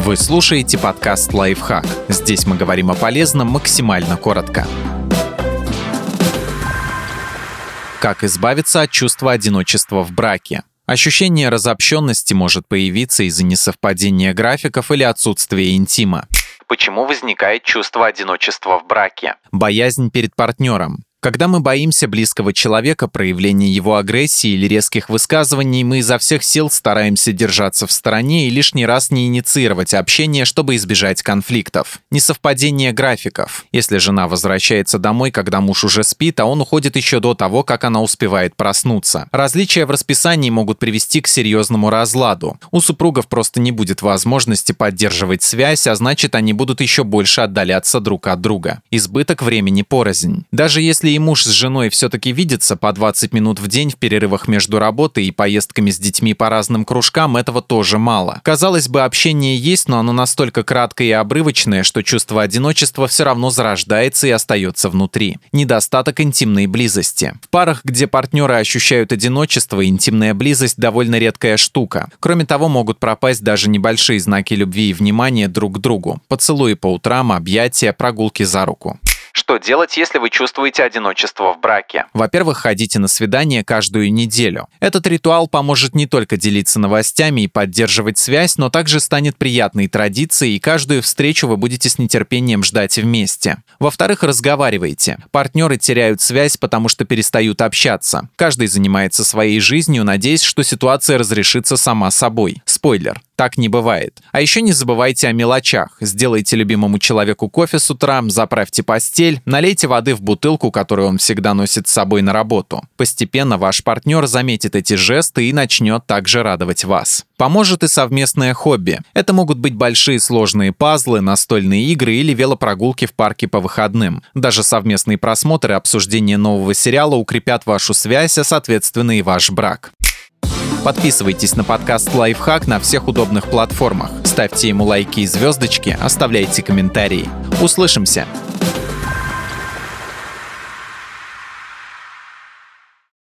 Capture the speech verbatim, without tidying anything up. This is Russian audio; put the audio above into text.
Вы слушаете подкаст «Лайфхак». Здесь мы говорим о полезном максимально коротко. Как избавиться от чувства одиночества в браке? Ощущение разобщенности может появиться из-за несовпадения графиков или отсутствия интима. Почему возникает чувство одиночества в браке? Боязнь перед партнером. Когда мы боимся близкого человека, проявления его агрессии или резких высказываний, мы изо всех сил стараемся держаться в стороне и лишний раз не инициировать общение, чтобы избежать конфликтов. Несовпадение графиков. Если жена возвращается домой, когда муж уже спит, а он уходит еще до того, как она успевает проснуться. Различия в расписании могут привести к серьезному разладу. У супругов просто не будет возможности поддерживать связь, а значит, они будут еще больше отдаляться друг от друга. Избыток времени порознь. Даже если и муж с женой все-таки видятся по двадцать минут в день в перерывах между работой и поездками с детьми по разным кружкам, этого тоже мало. Казалось бы, общение есть, но оно настолько краткое и обрывочное, что чувство одиночества все равно зарождается и остается внутри. Недостаток интимной близости. В парах, где партнеры ощущают одиночество, интимная близость довольно редкая штука. Кроме того, могут пропасть даже небольшие знаки любви и внимания друг к другу. Поцелуи по утрам, объятия, прогулки за руку. Что делать, если вы чувствуете одиночество в браке? Во-первых, ходите на свидание каждую неделю. Этот ритуал поможет не только делиться новостями и поддерживать связь, но также станет приятной традицией, и каждую встречу вы будете с нетерпением ждать вместе. Во-вторых, разговаривайте. Партнеры теряют связь, потому что перестают общаться. Каждый занимается своей жизнью, надеясь, что ситуация разрешится сама собой. Спойлер. Так не бывает. А еще не забывайте о мелочах. Сделайте любимому человеку кофе с утра, заправьте постель, налейте воды в бутылку, которую он всегда носит с собой на работу. Постепенно ваш партнер заметит эти жесты и начнет также радовать вас. Поможет и совместное хобби. Это могут быть большие сложные пазлы, настольные игры или велопрогулки в парке по выходным. Даже совместные просмотры и обсуждение нового сериала укрепят вашу связь, а соответственно и ваш брак. Подписывайтесь на подкаст «Лайфхак» на всех удобных платформах. Ставьте ему лайки и звездочки, оставляйте комментарии. Услышимся!